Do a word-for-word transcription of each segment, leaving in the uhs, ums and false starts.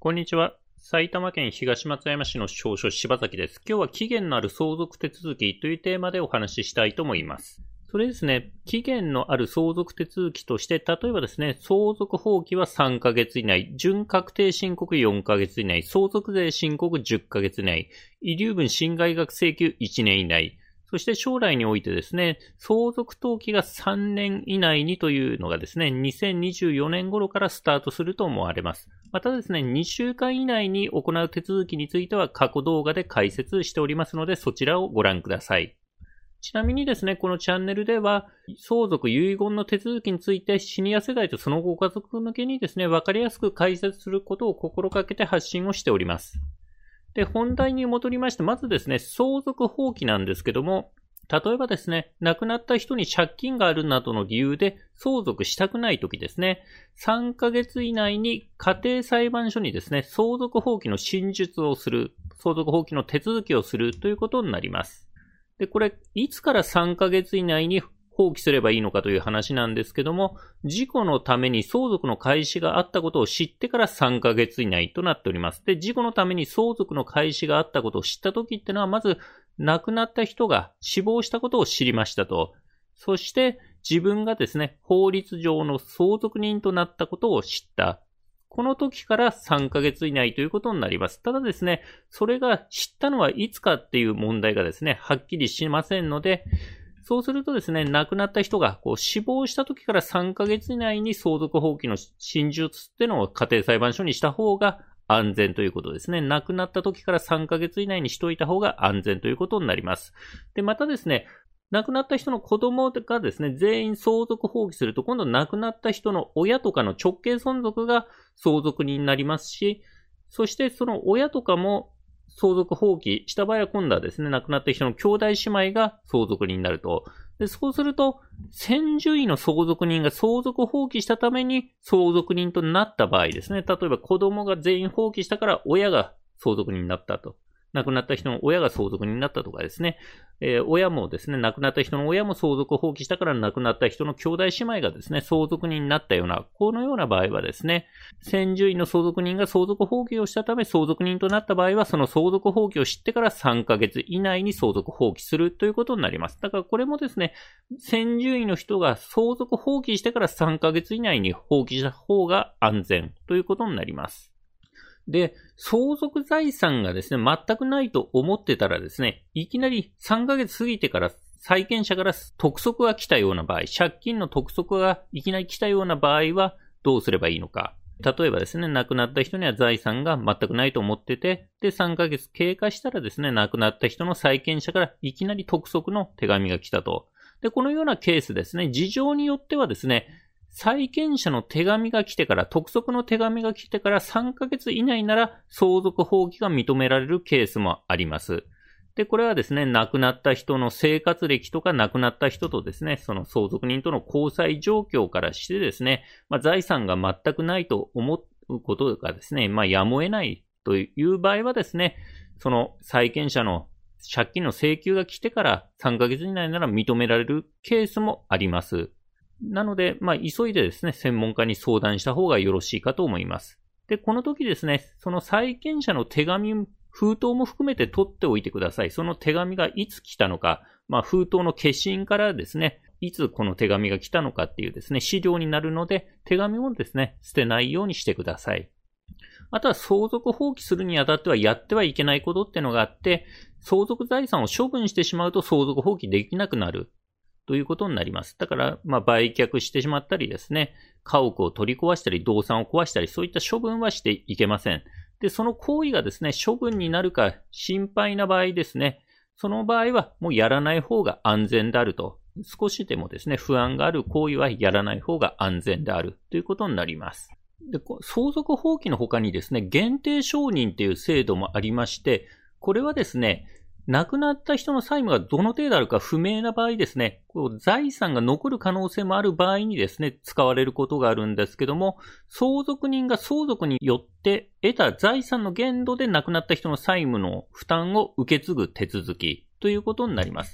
こんにちは。埼玉県東松山市の司書柴崎です。今日は期限のある相続手続きというテーマでお話ししたいと思います。それですね、期限のある相続手続きとして、例えばですね、相続放棄はさんかげつ以内、準確定申告よんかげつ以内、相続税申告じゅっかげつ以内、遺留分侵害額請求いちねん以内、そして将来においてですね、相続登記がさんねん以内にというのがですね、にせんにじゅうよねん頃からスタートすると思われます。またですね、にしゅうかん以内に行う手続きについては過去動画で解説しておりますので、そちらをご覧ください。ちなみにですね、このチャンネルでは、相続遺言の手続きについてシニア世代とそのご家族向けにですね、わかりやすく解説することを心がけて発信をしております。で、本題に戻りまして、まずですね、相続放棄なんですけども、例えばですね、亡くなった人に借金があるなどの理由で相続したくないときですね、さんかげつ以内に家庭裁判所にですね、相続放棄の申述をする、相続放棄の手続きをするということになります。で、これ、いつからさんかげつ以内に放棄すればいいのかという話なんですけども、事故のために相続の開始があったことを知ってからさんかげつ以内となっております。で、事故のために相続の開始があったことを知ったときってのは、まず亡くなった人が死亡したことを知りましたと。そして自分がですね、法律上の相続人となったことを知った。この時からさんかげつ以内ということになります。ただですね、それが知ったのはいつかっていう問題がですね、はっきりしませんので、そうするとですね、亡くなった人がこう死亡した時からさんかげつ以内に相続放棄の申述ってのを家庭裁判所にした方が安全ということですね。亡くなった時からさんかげつ以内にしといた方が安全ということになります。で、またですね、亡くなった人の子供がですね、全員相続放棄すると、今度亡くなった人の親とかの直系存続が相続人になりますし、そしてその親とかも相続放棄した場合は今度はですね、亡くなった人の兄弟姉妹が相続人になると。で、そうすると、先住位の相続人が相続放棄したために相続人となった場合ですね、例えば子供が全員放棄したから親が相続人になったと。亡くなった人の親が相続人になったとかですね、えー、親もですね、亡くなった人の親も相続放棄したから亡くなった人の兄弟姉妹がですね、相続人になったような、このような場合はですね、先住位の相続人が相続放棄をしたため相続人となった場合は、その相続放棄を知ってからさんかげつ以内に相続放棄するということになります。だからこれもですね、先住位の人が相続放棄してからさんかげつ以内に放棄した方が安全ということになります。で、相続財産がですね、全くないと思ってたらですね、いきなりさんかげつ過ぎてから債権者から督促が来たような場合、借金の督促がいきなり来たような場合はどうすればいいのか。例えばですね、亡くなった人には財産が全くないと思ってて、で、さんかげつ経過したらですね、亡くなった人の債権者からいきなり督促の手紙が来たと。で、このようなケースですね、事情によってはですね、債権者の手紙が来てから、督促の手紙が来てからさんかげつ以内なら相続放棄が認められるケースもあります。で、これはですね、亡くなった人の生活歴とか亡くなった人とですね、その相続人との交際状況からしてですね、まあ、財産が全くないと思うことがですね、まあ、やむを得ないという場合はですね、その債権者の借金の請求が来てからさんかげつ以内なら認められるケースもあります。なので、まあ、急いでですね、専門家に相談した方がよろしいかと思います。で、この時ですね、その債権者の手紙、封筒も含めて取っておいてください。その手紙がいつ来たのか、まあ、封筒の消印からですね、いつこの手紙が来たのかっていうですね、資料になるので、手紙をですね、捨てないようにしてください。あとは相続放棄するにあたってはやってはいけないことってのがあって、相続財産を処分してしまうと相続放棄できなくなる。ということになります。だから、まあ、売却してしまったりですね、家屋を取り壊したり、動産を壊したり、そういった処分はしていけません。で、その行為がですね、処分になるか心配な場合ですね、その場合はもうやらない方が安全であると。少しでもですね、不安がある行為はやらない方が安全であるということになります。で、相続放棄の他にですね、限定承認という制度もありまして、これはですね、亡くなった人の債務がどの程度あるか不明な場合ですね、こう財産が残る可能性もある場合にですね、使われることがあるんですけども、相続人が相続によって得た財産の限度で亡くなった人の債務の負担を受け継ぐ手続きということになります。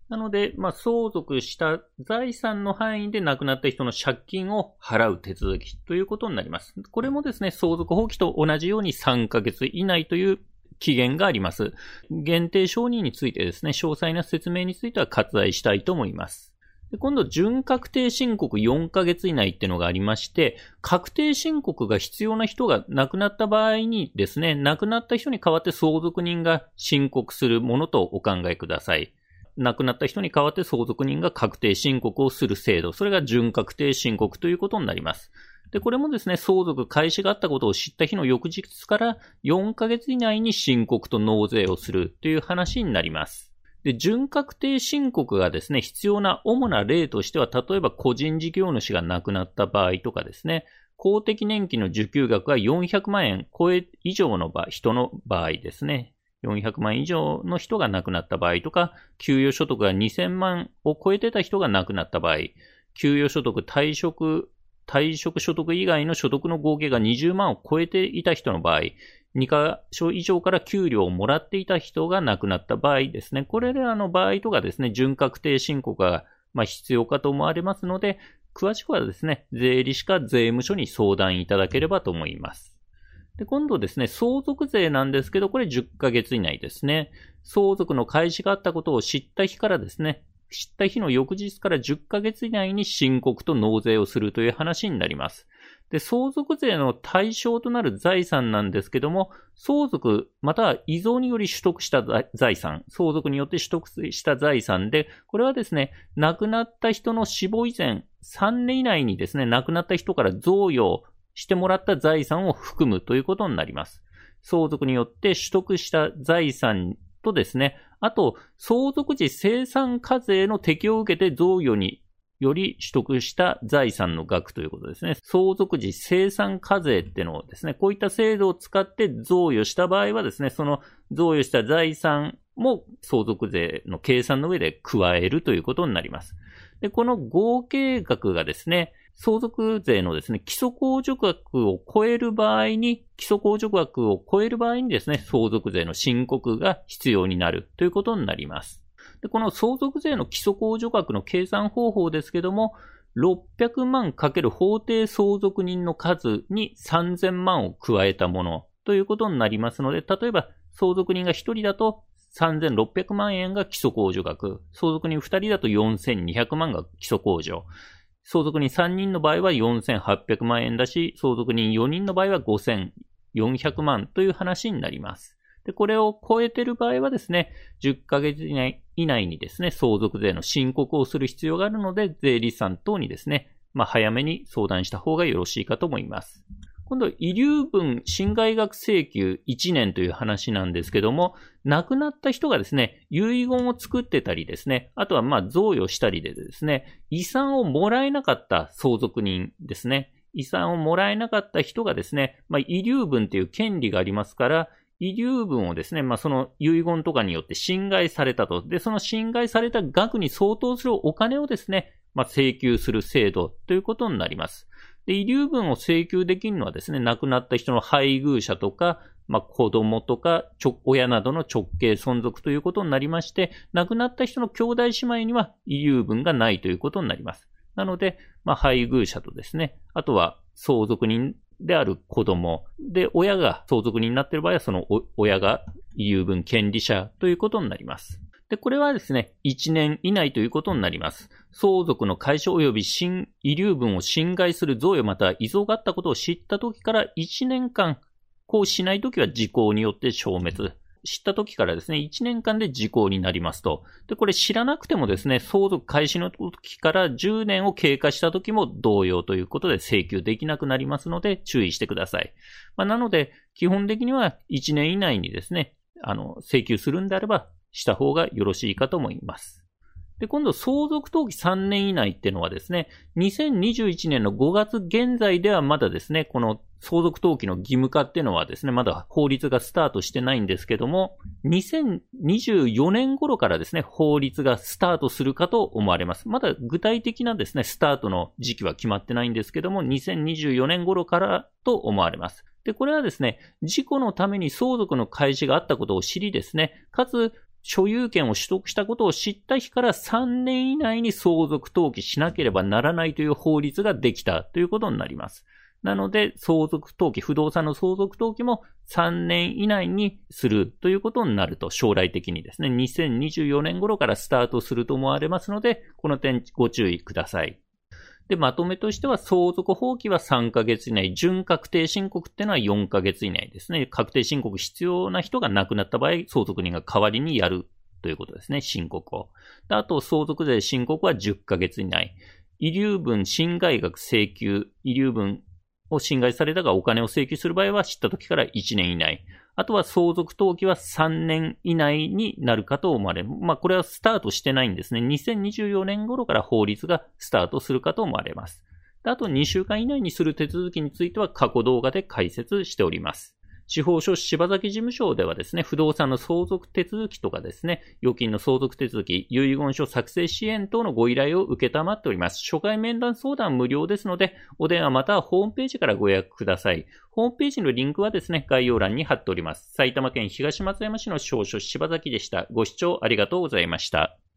なので、まあ、相続した財産の範囲で亡くなった人の借金を払う手続きということになります。これもですね、相続放棄と同じようにさんかげつ以内という期限があります。限定承認についてですね、詳細な説明については割愛したいと思います。で今度、準確定申告よんかげつ以内っていうのがありまして、確定申告が必要な人が亡くなった場合にですね、亡くなった人に代わって相続人が申告するものとお考えください。亡くなった人に代わって相続人が確定申告をする制度、それが準確定申告ということになります。で、これもですね、相続開始があったことを知った日の翌日からよんかげつ以内に申告と納税をするという話になります。で、準確定申告がですね、必要な主な例としては、例えば個人事業主が亡くなった場合とかですね、公的年金の受給額がよんひゃくまんえん超え以上の場合、人の場合ですね。よんひゃくまん以上の人が亡くなった場合とか、給与所得がにせんまんを超えてた人が亡くなった場合、給与所得、退職、退職所得以外の所得の合計がにじゅうまんを超えていた人の場合、にかしょ以上から給料をもらっていた人が亡くなった場合ですね、これらの場合とかですね、準確定申告がまあ必要かと思われますので、詳しくはですね、税理士か税務署に相談いただければと思います。で、今度ですね、相続税なんですけど、これじゅっかげつ以内ですね。相続の開始があったことを知った日からですね、知った日の翌日からじゅっかげつ以内に申告と納税をするという話になります。で、相続税の対象となる財産なんですけども、相続または遺贈により取得した財産、相続によって取得した財産で、これはですね、亡くなった人の死亡以前さんねん以内にですね、亡くなった人から贈与してもらった財産を含むということになります。相続によって取得した財産とですね、あと、相続時精算課税の適用を受けて贈与により取得した財産の額ということですね。相続時精算課税っていうのをですね、こういった制度を使って贈与した場合はですね、その贈与した財産も相続税の計算の上で加えるということになります。で、この合計額がですね、相続税のですね、基礎控除額を超える場合に、基礎控除額を超える場合にですね、相続税の申告が必要になるということになります。で、この相続税の基礎控除額の計算方法ですけども、ろっぴゃくまんかける法定相続人の数にさんぜんまんを加えたものということになりますので、例えば相続人がひとりだとさんぜんろっぴゃくまんえんが基礎控除額、相続人ふたりだとよんせんにひゃくまんが基礎控除、相続人さんにんの場合はよんせんはっぴゃくまんえんだし、相続人よにんの場合はごせんよんひゃくまんという話になります。で、これを超えている場合はですね、じゅっかげつ以内、以内にですね、相続税の申告をする必要があるので、税理士さん等にですね、まあ、早めに相談した方がよろしいかと思います。今度、遺留分侵害額請求いちねんという話なんですけども、亡くなった人がですね、遺言を作ってたりですね、あとはまあ贈与したりでですね、遺産をもらえなかった相続人ですね、遺産をもらえなかった人がですね、まあ、遺留分という権利がありますから、遺留分をですね、まあ、その遺言とかによって侵害されたと。で、その侵害された額に相当するお金をですね、まあ、請求する制度ということになります。で、遺留分を請求できるのはですね、亡くなった人の配偶者とか、まあ、子供とか、親などの直系存続ということになりまして、亡くなった人の兄弟姉妹には遺留分がないということになります。なので、まあ、配偶者とですね、あとは相続人である子供で、親が相続人になっている場合は、その親が遺留分権利者ということになります。で、これはですね、いちねん以内ということになります。相続の開始及び新遺留分を侵害する贈与または遺贈があったことを知った時からいちねんかん、こうしないときは時効によって消滅。知った時からですね、いちねんかんで時効になりますと。で、これ知らなくてもですね、相続開始の時からじゅうねんを経過した時も同様ということで請求できなくなりますので注意してください。まあ、なので、基本的にはいちねん以内にですね、あの、請求するんであればした方がよろしいかと思います。で、今度相続登記さんねん以内っていうのはですね、にせんにじゅういちねんのごがつ現在ではまだですね、この相続登記の義務化っていうのはですね、まだ法律がスタートしてないんですけども、にせんにじゅうよねん頃からですね、法律がスタートするかと思われます。まだ具体的なですね、スタートの時期は決まってないんですけども、にせんにじゅうよねん頃からと思われます。で、これはですね、事故のために相続の開始があったことを知りですね、かつ所有権を取得したことを知った日からさんねん以内に相続登記しなければならないという法律ができたということになります。なので、相続登記、不動産の相続登記もさんねん以内にするということになると、将来的にですね、にせんにじゅうよねん頃からスタートすると思われますので、この点ご注意ください。で、まとめとしては、相続放棄はさんかげつ以内、準確定申告っていうのはよんかげつ以内ですね。確定申告必要な人が亡くなった場合、相続人が代わりにやるということですね、申告を。で、あと、相続税申告はじゅっかげつ以内。遺留分侵害額請求、遺留分を侵害されたがお金を請求する場合は知った時からいちねん以内。あとは相続登記はさんねん以内になるかと思われる。まあこれはスタートしてないんですね。にせんにじゅうよねん頃から法律がスタートするかと思われます。あとにしゅうかん以内にする手続きについては過去動画で解説しております。司法書柴崎事務所ではですね、不動産の相続手続きとかですね、預金の相続手続き、遺言書作成支援等のご依頼を受けたまっております。初回面談相談無料ですので、お電話またはホームページからご予約ください。ホームページのリンクはですね、概要欄に貼っております。埼玉県東松山市の司法書柴崎でした。ご視聴ありがとうございました。